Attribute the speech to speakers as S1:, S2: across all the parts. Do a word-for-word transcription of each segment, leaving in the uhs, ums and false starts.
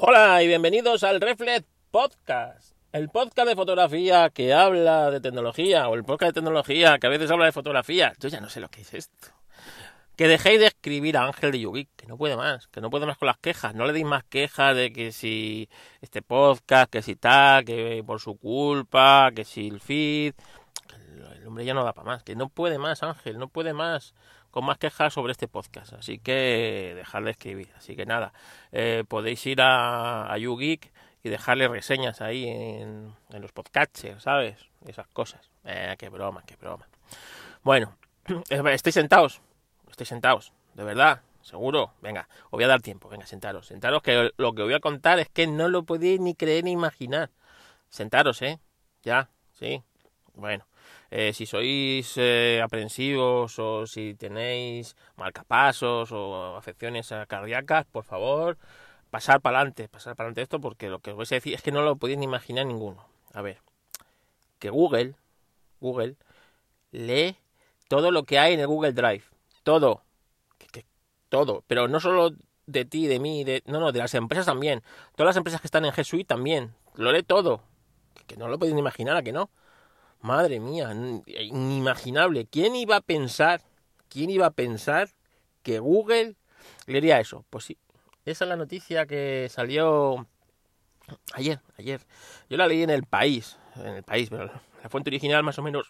S1: Hola y bienvenidos al Reflex Podcast, el podcast de fotografía que habla de tecnología, o el podcast de tecnología que a veces habla de fotografía. Yo ya no sé lo que es esto. Que dejéis de escribir a Ángel de YouGeek, que no puede más, que no puede más con las quejas. No le deis más quejas de que si este podcast, que si tal, que por su culpa, que si el feed. El hombre ya no da para más, que no puede más, Ángel, no puede más con más quejas sobre este podcast. Así que dejadle escribir. Así que nada, eh, podéis ir a, a YouGeek y dejarle reseñas ahí en, en los podcatchers, ¿sabes? Esas cosas. Eh, qué broma, qué broma. Bueno, estáis sentados. Estáis sentados, de verdad, seguro. Venga, os voy a dar tiempo. Venga, sentaros, sentaros, que lo que os voy a contar es que no lo podéis ni creer ni imaginar. Sentaros, ¿eh? Ya, sí. Bueno, eh, si sois eh, aprensivos o si tenéis marcapasos o afecciones cardíacas, por favor, pasar para adelante, pasar para adelante esto, porque lo que os voy a decir es que no lo podéis ni imaginar ninguno. A ver, que Google, Google, lee todo lo que hay en el Google Drive. Todo, que, que, todo, pero no solo de ti, de mí, de, no, no, de las empresas también. Todas las empresas que están en G Suite también, lo lee todo. Que, que no lo podéis ni imaginar, ¿a que no? Madre mía, inimaginable. ¿Quién iba a pensar, quién iba a pensar que Google leería eso? Pues sí, esa es la noticia que salió ayer, ayer. Yo la leí en El País, en El País, pero la fuente original más o menos...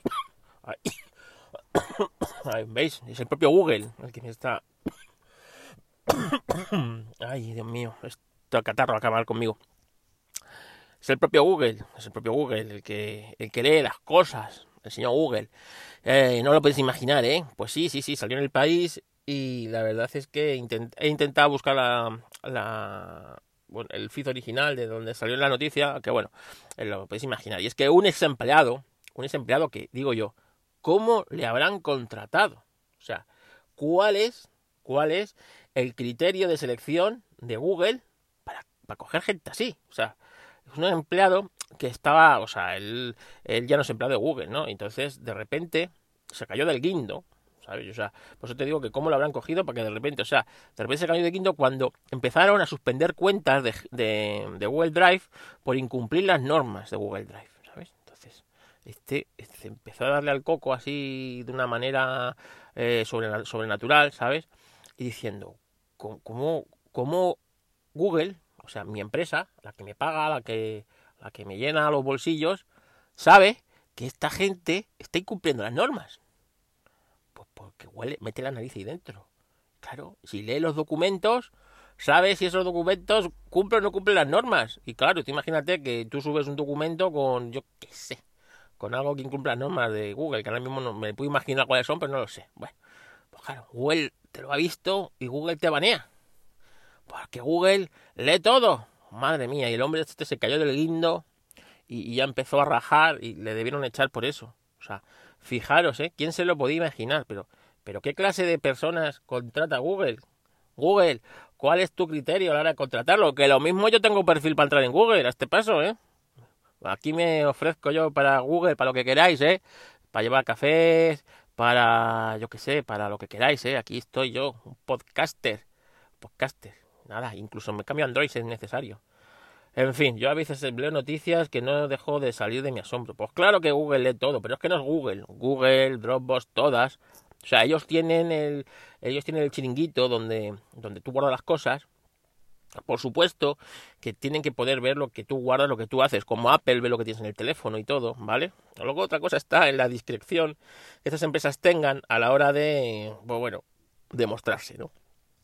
S1: Ahí, ¿veis? Es el propio Google el que me está... Ay, Dios mío, esto catarro va a acabar conmigo. Es el propio Google, es el propio Google el que, el que lee las cosas, el señor Google. Eh, no lo podéis imaginar, ¿eh? Pues sí, sí, sí, salió en El País y la verdad es que intent, he intentado buscar la, la, bueno, el feed original de donde salió la noticia, que bueno, lo podéis imaginar. Y es que un ex empleado, un ex empleado que, digo yo, ¿cómo le habrán contratado? O sea, ¿cuál es, cuál es el criterio de selección de Google para, para coger gente así? O sea, es un empleado que estaba, o sea, él, él ya no es empleado de Google, ¿no? Entonces, de repente, se cayó del guindo, ¿sabes? O sea, por eso te digo que cómo lo habrán cogido para que de repente, o sea, de repente se cayó del guindo cuando empezaron a suspender cuentas de, de, de Google Drive por incumplir las normas de Google Drive, ¿sabes? Entonces, este, este empezó a darle al coco así de una manera eh, sobrenatural, ¿sabes? Y diciendo, ¿cómo, cómo Google, o sea, mi empresa, la que me paga, la que, la que me llena los bolsillos, sabe que esta gente está incumpliendo las normas? Pues porque huele, mete la nariz ahí dentro. Claro, si lee los documentos, sabe si esos documentos cumplen o no cumplen las normas. Y claro, tú imagínate que tú subes un documento con, yo qué sé, con algo que incumple las normas de Google, que ahora mismo no me puedo imaginar cuáles son, pero no lo sé. Bueno, pues claro, Google te lo ha visto y Google te banea. Porque Google lee todo. Madre mía, y el hombre este se cayó del guindo y, y ya empezó a rajar y le debieron echar por eso. O sea, fijaros, ¿eh? ¿Quién se lo podía imaginar? Pero, pero ¿qué clase de personas contrata Google? Google, ¿cuál es tu criterio a la hora de contratarlo? Que lo mismo yo tengo perfil para entrar en Google a este paso, ¿eh? Aquí me ofrezco yo para Google, para lo que queráis, ¿eh? Para llevar cafés, para, yo qué sé, para lo que queráis, ¿eh? Aquí estoy yo, un podcaster. Podcaster. Nada, incluso me cambio a Android si es necesario. En fin, yo a veces leo noticias que no dejo de salir de mi asombro. Pues claro que Google lee todo, pero es que no es Google. Google, Dropbox, todas. O sea, ellos tienen el, ellos tienen el chiringuito donde, donde tú guardas las cosas. Por supuesto que tienen que poder ver lo que tú guardas, lo que tú haces, como Apple ve lo que tienes en el teléfono y todo, ¿vale? Luego otra cosa está en la discreción que estas empresas tengan a la hora de, pues bueno, de mostrarse, ¿no?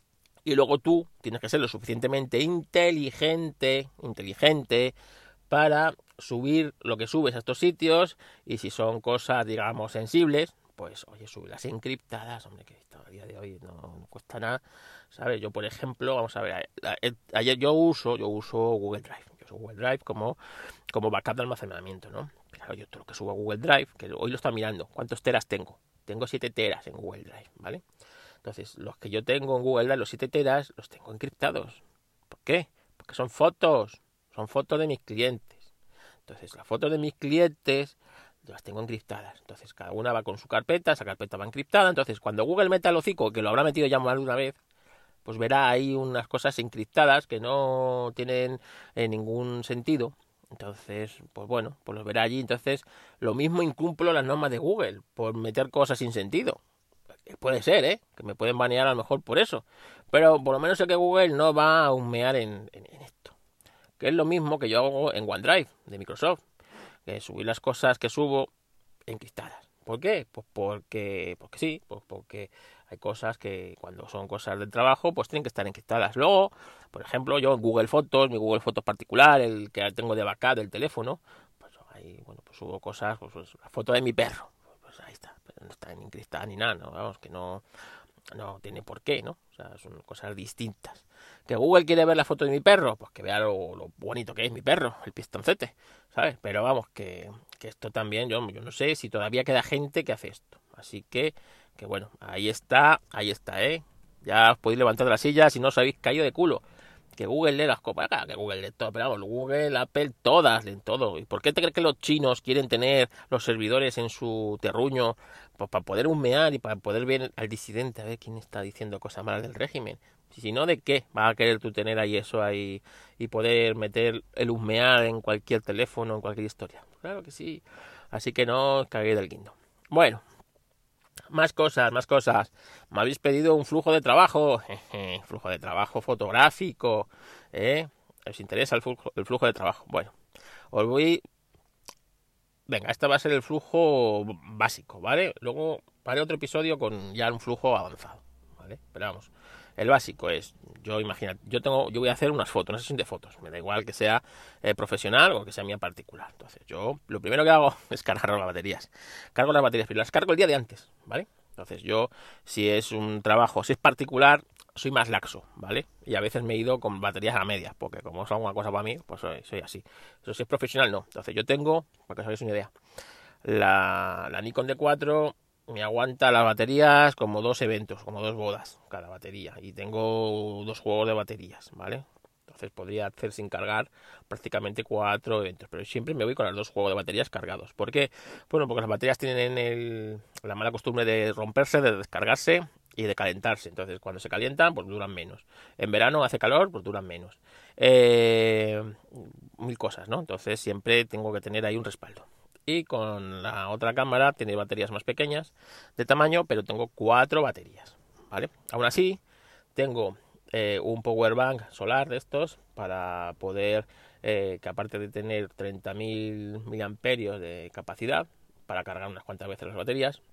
S1: Y luego tú tienes que ser lo suficientemente inteligente, inteligente, para subir lo que subes a estos sitios. Y si son cosas, digamos, sensibles, pues, oye, subirlas encriptadas, hombre, que esto a día de hoy no, no cuesta nada, ¿sabes? Yo, por ejemplo, vamos a ver, ayer yo uso, yo uso Google Drive. Yo uso Google Drive como, como backup de almacenamiento, ¿no? Claro, yo todo lo que subo a Google Drive, que hoy lo está mirando, ¿cuántos teras tengo? Tengo siete teras en Google Drive, ¿vale? Entonces, los que yo tengo en Google Drive, los siete teras, los tengo encriptados. ¿Por qué? Porque son fotos. Son fotos de mis clientes. Entonces, las fotos de mis clientes yo las tengo encriptadas. Entonces, cada una va con su carpeta, esa carpeta va encriptada. Entonces, cuando Google meta el hocico, que lo habrá metido ya más de una vez, pues verá ahí unas cosas encriptadas que no tienen eh, ningún sentido. Entonces, pues bueno, pues los verá allí. Entonces, lo mismo incumplo las normas de Google por meter cosas sin sentido. Puede ser, ¿eh? Que me pueden banear a lo mejor por eso. Pero por lo menos sé que Google no va a humear en, en, en esto. Que es lo mismo que yo hago en OneDrive de Microsoft. Que subir las cosas que subo encriptadas. ¿Por qué? Pues porque, porque sí, pues porque hay cosas que cuando son cosas del trabajo, pues tienen que estar encriptadas. Luego, por ejemplo, yo en Google Fotos, mi Google Fotos particular, el que tengo de backup del teléfono, pues ahí, bueno, pues subo cosas, pues, pues la foto de mi perro, pues ahí está, pero no está encriptada ni nada, ¿no? Vamos, que no, no tiene por qué, ¿no? O sea, son cosas distintas. ¿Que Google quiere ver la foto de mi perro? Pues que vea lo, lo bonito que es mi perro, el pistoncete, ¿sabes? Pero vamos, que, que esto también, yo, yo no sé si todavía queda gente que hace esto. Así que, que bueno, ahí está, ahí está, ¿eh? Ya os podéis levantar de la silla si no os habéis caído de culo. Que Google lee las copas, que Google lee todo, pero vamos, Google, Apple, todas leen todo. ¿Y por qué te crees que los chinos quieren tener los servidores en su terruño? Pues para poder humear y para poder ver al disidente, a ver quién está diciendo cosas malas del régimen. Si no, ¿de qué vas a querer tú tener ahí eso ahí y poder meter el husmear en cualquier teléfono, en cualquier historia? Claro que sí. Así que no os caguéis del guindo. Bueno, más cosas, más cosas. Me habéis pedido un flujo de trabajo. Jeje, flujo de trabajo fotográfico. ¿Eh? ¿Os interesa el flujo, el flujo de trabajo? Bueno, os voy... Venga, este va a ser el flujo básico, ¿vale? Luego haré otro episodio con ya un flujo avanzado, ¿vale? Pero vamos, el básico es, yo imagínate, yo tengo, yo voy a hacer unas fotos, una sesión de fotos, me da igual que sea eh, profesional o que sea mía particular. Entonces, yo lo primero que hago es cargar las baterías. Cargo las baterías, pero las cargo el día de antes, ¿vale? Entonces, yo, si es un trabajo, si es particular, soy más laxo, ¿vale? Y a veces me he ido con baterías a medias, porque como son una cosa para mí, pues soy, soy así. Eso si es profesional, no. Entonces, yo tengo, para que os hagáis una idea, la, la Nikon D cuatro me aguanta las baterías como dos eventos, como dos bodas cada batería. Y tengo dos juegos de baterías, ¿vale? Entonces podría hacer sin cargar prácticamente cuatro eventos. Pero siempre me voy con los dos juegos de baterías cargados. ¿Por qué? Bueno, porque las baterías tienen el, la mala costumbre de romperse, de descargarse y de calentarse. Entonces cuando se calientan, pues duran menos. En verano hace calor, pues duran menos. Eh, mil cosas, ¿no? Entonces siempre tengo que tener ahí un respaldo. Y con la otra cámara tiene baterías más pequeñas de tamaño, pero tengo cuatro baterías, ¿vale? Aún así, tengo eh, un power bank solar de estos para poder, eh, que aparte de tener treinta mil miliamperios de capacidad para cargar unas cuantas veces las baterías,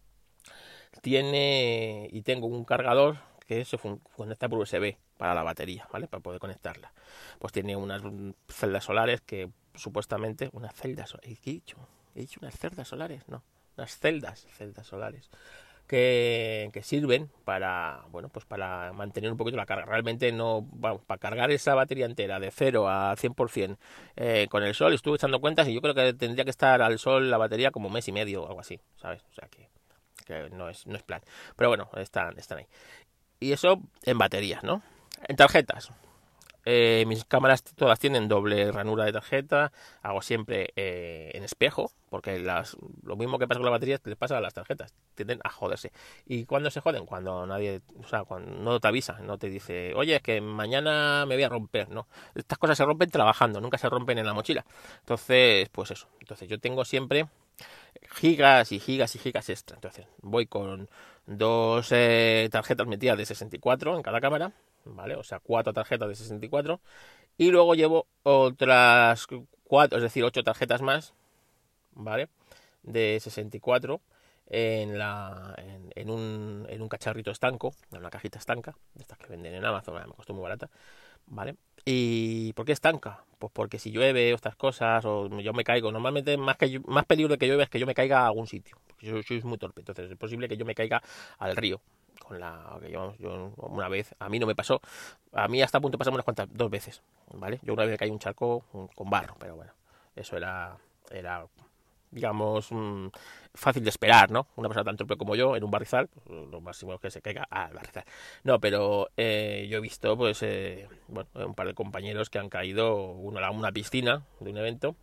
S1: tiene y tengo un cargador que se conecta por U S B para la batería, ¿vale? Para poder conectarla. Pues tiene unas celdas solares que supuestamente unas celdas, ¿he dicho? ¿He dicho unas celdas solares? No, unas celdas, celdas solares que, que sirven para, bueno, pues para mantener un poquito la carga. Realmente no, vamos, para cargar esa batería entera de cero a cien por ciento eh, con el sol, estuve echando cuentas y yo creo que tendría que estar al sol la batería como un mes y medio o algo así, ¿sabes? O sea que, que no es, no es plan. Pero bueno, están, están ahí. Y eso en baterías, ¿no? En tarjetas. Eh, mis cámaras todas tienen doble ranura de tarjeta. Hago siempre eh, en espejo, porque las, lo mismo que pasa con las baterías les pasa a las tarjetas, tienden a joderse. ¿Y cuándo se joden? Cuando nadie, o sea, cuando no te avisa, no te dice, oye, es que mañana me voy a romper, ¿no? Estas cosas se rompen trabajando, nunca se rompen en la mochila. Entonces, pues eso. Entonces yo tengo siempre gigas y gigas y gigas extra. Entonces voy con dos eh, tarjetas metidas de sesenta y cuatro en cada cámara, ¿vale? O sea, cuatro tarjetas de sesenta y cuatro y luego llevo otras cuatro, es decir, ocho tarjetas más, ¿vale? De sesenta y cuatro en, la, en, en, un, en un cacharrito estanco, en una cajita estanca, de estas que venden en Amazon, me costó muy barata, ¿vale? ¿Y por qué estanca? Pues porque si llueve o estas cosas, o yo me caigo, normalmente más que más peligro de que llueve es que yo me caiga a algún sitio, porque yo soy muy torpe, entonces es posible que yo me caiga al río. Con la que yo, yo una vez, a mí no me pasó, a mí hasta a punto de pasarme unas cuantas, dos veces, ¿vale? Yo una vez me caí en un charco con barro, pero bueno, eso era, era digamos, mmm, fácil de esperar, ¿no? Una persona tan torpe como yo en un barrizal, pues, lo máximo es que se caiga al barrizal. No, pero eh, yo he visto, pues, eh, bueno, un par de compañeros que han caído, uno a una piscina de un evento,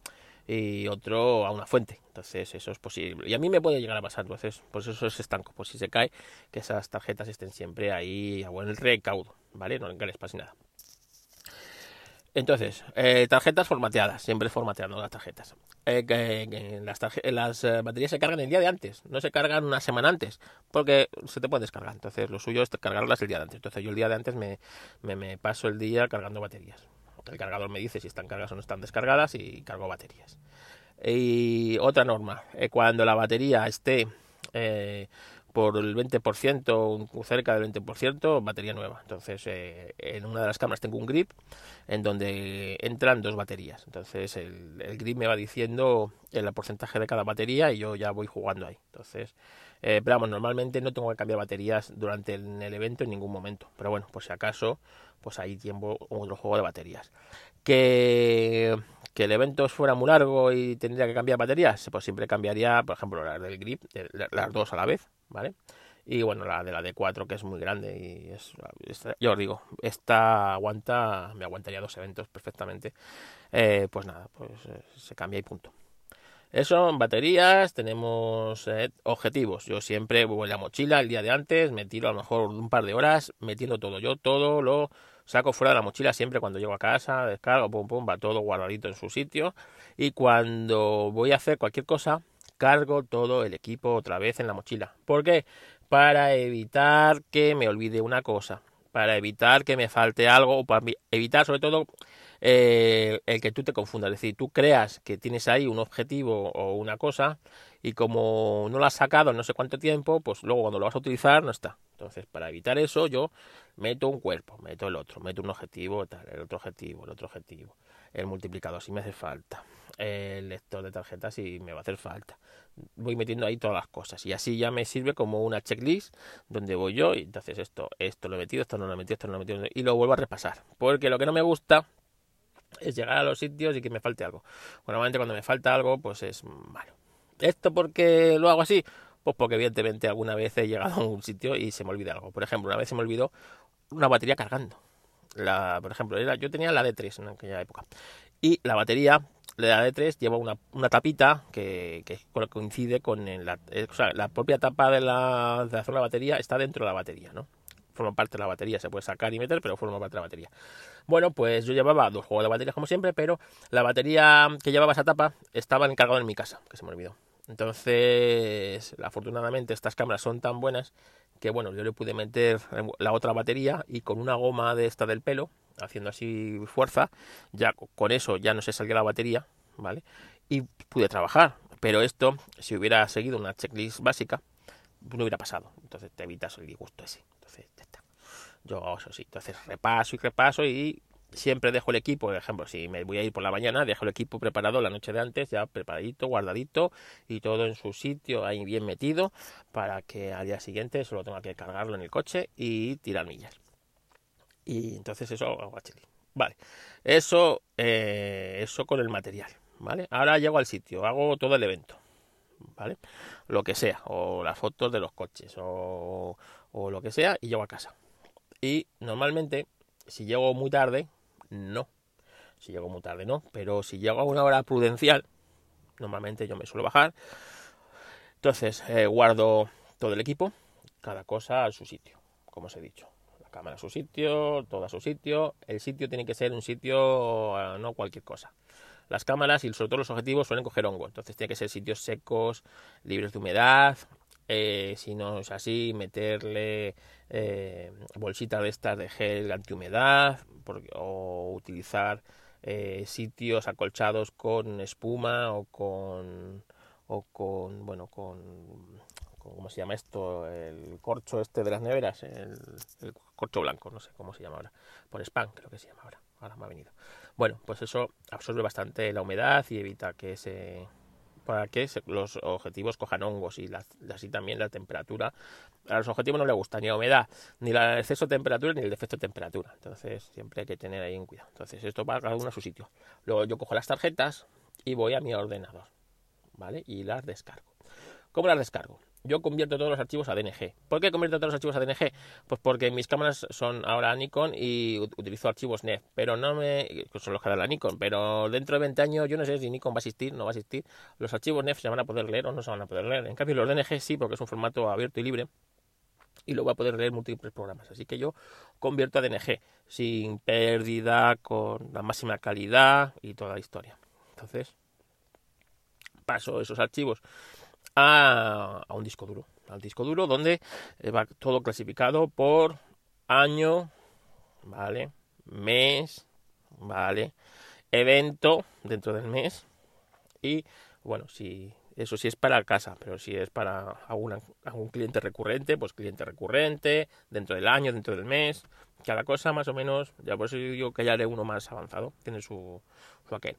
S1: y otro a una fuente. Entonces eso es posible. Y a mí me puede llegar a pasar, entonces pues eso es estanco. Pues si se cae, que esas tarjetas estén siempre ahí a buen recaudo, ¿vale? No les pase nada. Entonces, eh, tarjetas formateadas, siempre formateando las tarjetas. Eh, que, que las, tarje las eh, baterías se cargan el día de antes, no se cargan una semana antes, porque se te pueden descargar. Entonces, lo suyo es cargarlas el día de antes. Entonces, yo el día de antes me, me, me paso el día cargando baterías. El cargador me dice si están cargadas o no están descargadas y cargo baterías. Y otra norma, eh, cuando la batería esté eh, por el veinte por ciento, cerca del veinte por ciento, batería nueva. Entonces, eh, en una de las cámaras tengo un grip en donde entran dos baterías. Entonces, el, el grip me va diciendo el porcentaje de cada batería y yo ya voy jugando ahí. Entonces, eh, pero vamos, normalmente no tengo que cambiar baterías durante el, el evento en ningún momento. Pero bueno, por si acaso, pues ahí tiempo otro juego de baterías. Que que el evento fuera muy largo y tendría que cambiar baterías, pues siempre cambiaría, por ejemplo, las del grip, las dos a la vez, ¿vale? Y bueno, la de la D cuatro, que es muy grande y es, es yo os digo, esta aguanta, me aguantaría dos eventos perfectamente. Eh, pues nada, pues eh, se cambia y punto. Eso, en baterías, tenemos eh, objetivos. Yo siempre voy en la mochila el día de antes, me tiro a lo mejor un par de horas metiendo todo. Yo todo lo saco fuera de la mochila siempre cuando llego a casa, descargo, pum, pum, va todo guardadito en su sitio. Y cuando voy a hacer cualquier cosa, cargo todo el equipo otra vez en la mochila. ¿Por qué? Para evitar que me olvide una cosa, para evitar que me falte algo, o para evitar sobre todo eh, el que tú te confundas. Es decir, tú creas que tienes ahí un objetivo o una cosa y como no lo has sacado en no sé cuánto tiempo, pues luego cuando lo vas a utilizar no está. Entonces, para evitar eso, yo meto un cuerpo, meto el otro, meto un objetivo, tal, el otro objetivo, el otro objetivo, el multiplicador si me hace falta, el lector de tarjetas si me va a hacer falta. Voy metiendo ahí todas las cosas y así ya me sirve como una checklist donde voy yo y entonces esto, esto lo he metido, esto no lo he metido, esto no lo he metido y lo vuelvo a repasar. Porque lo que no me gusta es llegar a los sitios y que me falte algo. Bueno, normalmente cuando me falta algo, pues es malo. ¿Esto por qué lo hago así? Pues porque evidentemente alguna vez he llegado a un sitio y se me olvida algo. Por ejemplo, una vez se me olvidó una batería cargando. La, por ejemplo, era, yo tenía la D tres en aquella época. Y la batería de la D tres lleva una, una tapita que, que coincide con el, la, o sea, la propia tapa de la, de la zona de la batería está dentro de la batería, ¿no? Forma parte de la batería, se puede sacar y meter, pero forma parte de la batería. Bueno, pues yo llevaba dos juegos de baterías como siempre, pero la batería que llevaba esa tapa estaba encargada en mi casa, que se me olvidó. Entonces, afortunadamente estas cámaras son tan buenas que bueno, yo le pude meter la otra batería y con una goma de esta del pelo, haciendo así fuerza, ya con eso ya no se salía la batería, ¿vale? Y pude trabajar, pero esto, si hubiera seguido una checklist básica, no hubiera pasado. Entonces te evitas el disgusto ese. Entonces ya está. Yo hago eso sí. Entonces repaso y repaso y siempre dejo el equipo. Por ejemplo, si me voy a ir por la mañana, dejo el equipo preparado la noche de antes, ya preparadito, guardadito y todo en su sitio, ahí bien metido, para que al día siguiente solo tenga que cargarlo en el coche y tirar millas. Y entonces eso hago a Chile. Vale. Eso, eh, eso con el material. ¿Vale? Ahora llego al sitio, hago todo el evento. ¿Vale? Lo que sea, o las fotos de los coches, o, o lo que sea, y llego a casa. Y normalmente, si llego muy tarde, no. Si llego muy tarde, no. Pero si llego a una hora prudencial, normalmente yo me suelo bajar. Entonces, eh, guardo todo el equipo, cada cosa a su sitio, como os he dicho. La cámara a su sitio, todo a su sitio. El sitio tiene que ser un sitio, no cualquier cosa. Las cámaras y sobre todo los objetivos suelen coger hongo, entonces tiene que ser sitios secos, libres de humedad. Eh, si no es así, meterle eh, bolsitas de estas de gel antihumedad porque, o utilizar eh, sitios acolchados con espuma o con o con bueno con, con ¿cómo se llama esto? El corcho este de las neveras, el, el corcho blanco, no sé cómo se llama ahora, por spam creo que se llama ahora, ahora me ha venido. Bueno, pues eso absorbe bastante la humedad y evita que se para que se, los objetivos cojan hongos y la, así también la temperatura. A los objetivos no les gusta ni la humedad, ni el exceso de temperatura, ni el defecto de temperatura. Entonces siempre hay que tener ahí un cuidado. Entonces esto va cada uno a su sitio. Luego yo cojo las tarjetas y voy a mi ordenador, ¿vale? Y las descargo. ¿Cómo las descargo? yo convierto todos los archivos a D N G. ¿Por qué convierto todos los archivos a D N G? Pues porque mis cámaras son ahora Nikon y utilizo archivos N E F, pero no me... que son los que da la Nikon, pero dentro de veinte años yo no sé si Nikon va a existir, no va a existir. Los archivos N E F se van a poder leer o no se van a poder leer. En cambio los D N G sí, porque es un formato abierto y libre y lo va a poder leer múltiples programas. Así que yo convierto a D N G sin pérdida, con la máxima calidad y toda la historia. Entonces paso esos archivos a, a un disco duro, al disco duro donde va todo clasificado por año, vale, mes, vale, evento dentro del mes y bueno, si eso sí es para casa, pero si es para alguna, algún cliente recurrente, pues cliente recurrente, dentro del año, dentro del mes, cada cosa más o menos, ya por eso digo que ya haré uno más avanzado, tiene su, su aquel.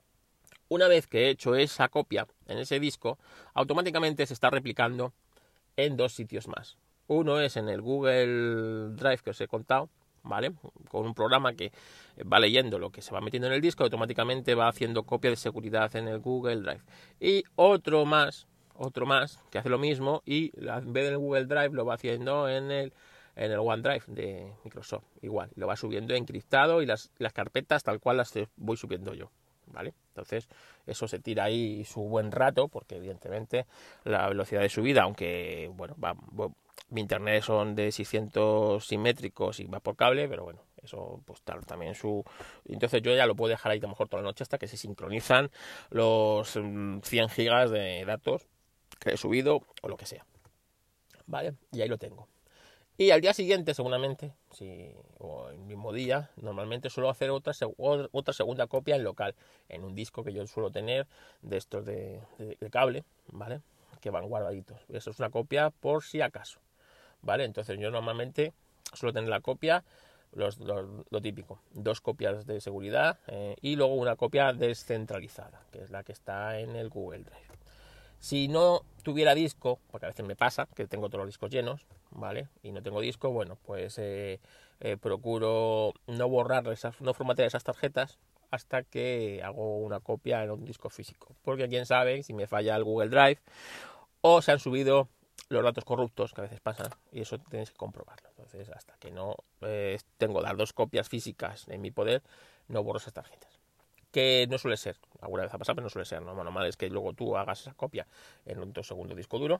S1: Una vez que he hecho esa copia en ese disco, automáticamente se está replicando en dos sitios más. Uno es en el Google Drive que os he contado, ¿vale? Con un programa que va leyendo lo que se va metiendo en el disco y automáticamente va haciendo copia de seguridad en el Google Drive. Y otro más, otro más, que hace lo mismo y en vez del Google Drive lo va haciendo en el, en el OneDrive de Microsoft. Igual, lo va subiendo encriptado y las, las carpetas tal cual las voy subiendo yo. ¿Vale? Entonces eso se tira ahí su buen rato porque evidentemente la velocidad de subida, aunque bueno, va, mi internet son de seiscientos simétricos y va por cable, pero bueno, eso pues tal también su... Entonces yo ya lo puedo dejar ahí a lo mejor toda la noche hasta que se sincronizan los cien gigas de datos que he subido o lo que sea, ¿vale? Y ahí lo tengo. Y al día siguiente, seguramente, si, o el mismo día, normalmente suelo hacer otra, otra segunda copia en local, en un disco que yo suelo tener de estos de, de, de cable, ¿vale? Que van guardaditos. Eso es una copia por si acaso, ¿vale? Entonces yo normalmente suelo tener la copia, los, los, lo típico, dos copias de seguridad eh, y luego una copia descentralizada, que es la que está en el Google Drive. Si no tuviera disco, porque a veces me pasa que tengo todos los discos llenos, ¿vale? Y no tengo disco, bueno, pues eh, eh, procuro no borrar esas, no formatear esas tarjetas hasta que hago una copia en un disco físico. Porque quién sabe si me falla el Google Drive o se han subido los datos corruptos, que a veces pasan, y eso tenéis que comprobarlo. Entonces, hasta que no eh, tengo las dos copias físicas en mi poder, no borro esas tarjetas. Que no suele ser, alguna vez ha pasado, pero no suele ser, ¿no? Lo normal es que luego tú hagas esa copia en otro segundo disco duro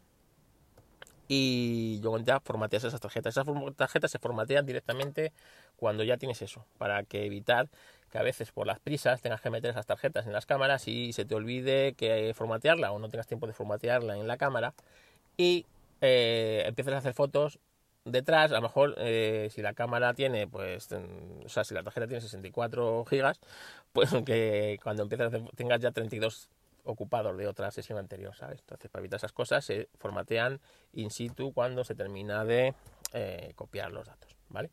S1: y luego ya formateas esas tarjetas. Esas tarjetas se formatean directamente cuando ya tienes eso, para que evitar que a veces por las prisas tengas que meter esas tarjetas en las cámaras y se te olvide que formatearla o no tengas tiempo de formatearla en la cámara y eh, empieces a hacer fotos detrás, a lo mejor eh, si la cámara tiene, pues, ten, o sea, si la tarjeta tiene sesenta y cuatro gigas, pues que cuando empieces a hacer, tengas ya treinta y dos ocupados de otra sesión anterior, ¿sabes? Entonces, para evitar esas cosas, se formatean in situ cuando se termina de eh, copiar los datos, ¿vale?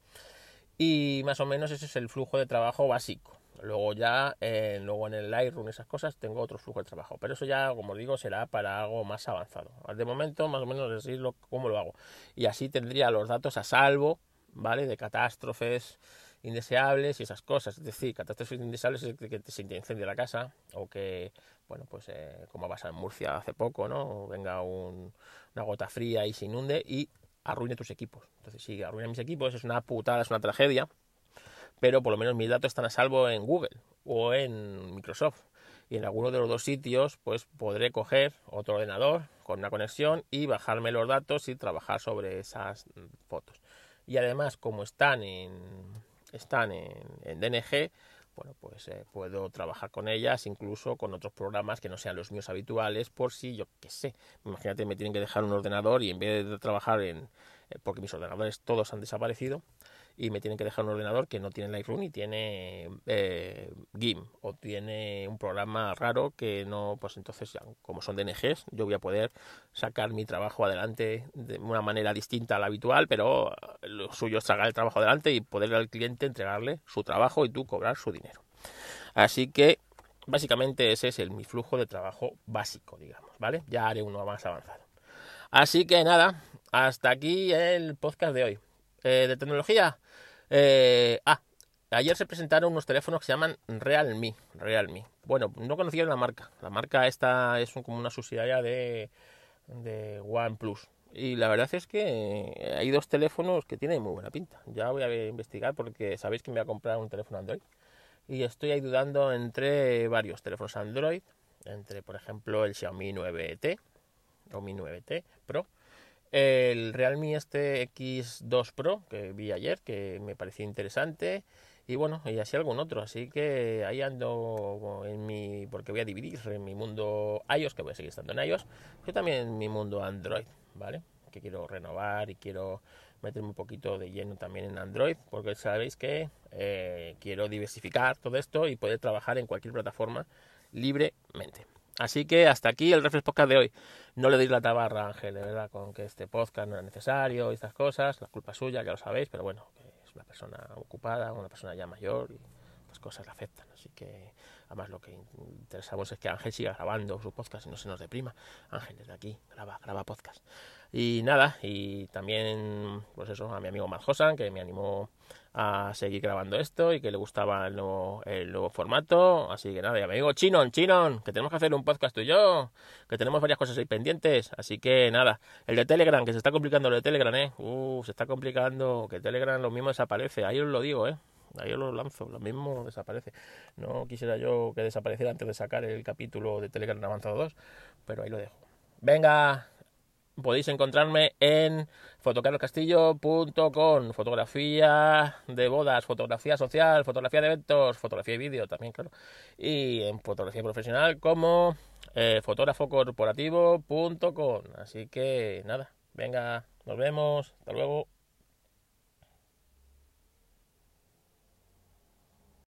S1: Y más o menos ese es el flujo de trabajo básico. Luego ya, eh, luego en el Lightroom, esas cosas, tengo otro flujo de trabajo. Pero eso ya, como os digo, será para algo más avanzado. De momento, más o menos, decirlo cómo lo hago. Y así tendría los datos a salvo, ¿vale? De catástrofes indeseables y esas cosas. Es decir, catástrofes indeseables es que se incendia la casa o que, bueno, pues eh, como pasa en Murcia hace poco, ¿no? Venga un, una gota fría y se inunde y arruine tus equipos. Entonces, si arruina mis equipos, es una putada, es una tragedia. Pero por lo menos mis datos están a salvo en Google o en Microsoft. Y en alguno de los dos sitios pues podré coger otro ordenador con una conexión y bajarme los datos y trabajar sobre esas fotos. Y además, como están en, están en, en D N G, bueno, pues eh, puedo trabajar con ellas, incluso con otros programas que no sean los míos habituales, por si yo qué sé. Imagínate, me tienen que dejar un ordenador y en vez de trabajar en... Eh, porque mis ordenadores todos han desaparecido, y me tienen que dejar un ordenador que no tiene Lightroom y tiene eh, GIMP o tiene un programa raro que no, pues entonces ya, como son D N Gs, yo voy a poder sacar mi trabajo adelante de una manera distinta a la habitual, pero lo suyo es sacar el trabajo adelante y poderle al cliente entregarle su trabajo y tú cobrar su dinero. Así que básicamente ese es el, mi flujo de trabajo básico, digamos, ¿vale? Ya haré uno más avanzado. Así que nada, hasta aquí el podcast de hoy. Eh, de tecnología. Eh, ah, ayer se presentaron unos teléfonos que se llaman Realme. Realme. Bueno, no conocía la marca. La marca esta es un, como una subsidiaria de, de OnePlus. Y la verdad es que hay dos teléfonos que tienen muy buena pinta. Ya voy a investigar porque sabéis que me voy a comprar un teléfono Android. Y estoy ahí dudando entre varios teléfonos Android. Entre, por ejemplo, el Xiaomi nueve T o Mi nueve T Pro. El Realme este X dos Pro que vi ayer, que me pareció interesante. Y bueno, y así algún otro. Así que ahí ando en mi... porque voy a dividir en mi mundo iOS, que voy a seguir estando en iOS, pero también en mi mundo Android, ¿vale? Que quiero renovar y quiero meterme un poquito de lleno también en Android, porque sabéis que eh, quiero diversificar todo esto y poder trabajar en cualquier plataforma libremente. Así que hasta aquí el Reflex Podcast de hoy. No le deis la tabarra, Ángel, de verdad, con que este podcast no era necesario y estas cosas. La culpa es suya, ya lo sabéis, pero bueno, que es una persona ocupada, una persona ya mayor y estas cosas le afectan. Así que, además, lo que interesamos es que Ángel siga grabando su podcast y no se nos deprima. Ángel, desde aquí, graba, graba podcast. Y nada, y también, pues eso, a mi amigo Marjosan, que me animó a seguir grabando esto y que le gustaba el nuevo, el nuevo formato. Así que nada, y a mi amigo Chinon, Chinon, que tenemos que hacer un podcast tú y yo, que tenemos varias cosas ahí pendientes. Así que nada, el de Telegram, que se está complicando el de Telegram, eh. Uh, se está complicando, que Telegram lo mismo desaparece, ahí os lo digo, eh. Ahí os lo lanzo, lo mismo desaparece. No quisiera yo que desapareciera antes de sacar el capítulo de Telegram Avanzado dos, pero ahí lo dejo. Venga, podéis encontrarme en fotocarloscastillo punto com, fotografía de bodas, fotografía social, fotografía de eventos, fotografía y vídeo también, claro, y en fotografía profesional como eh, fotógrafo corporativo punto com. Así que nada, venga, nos vemos, hasta luego.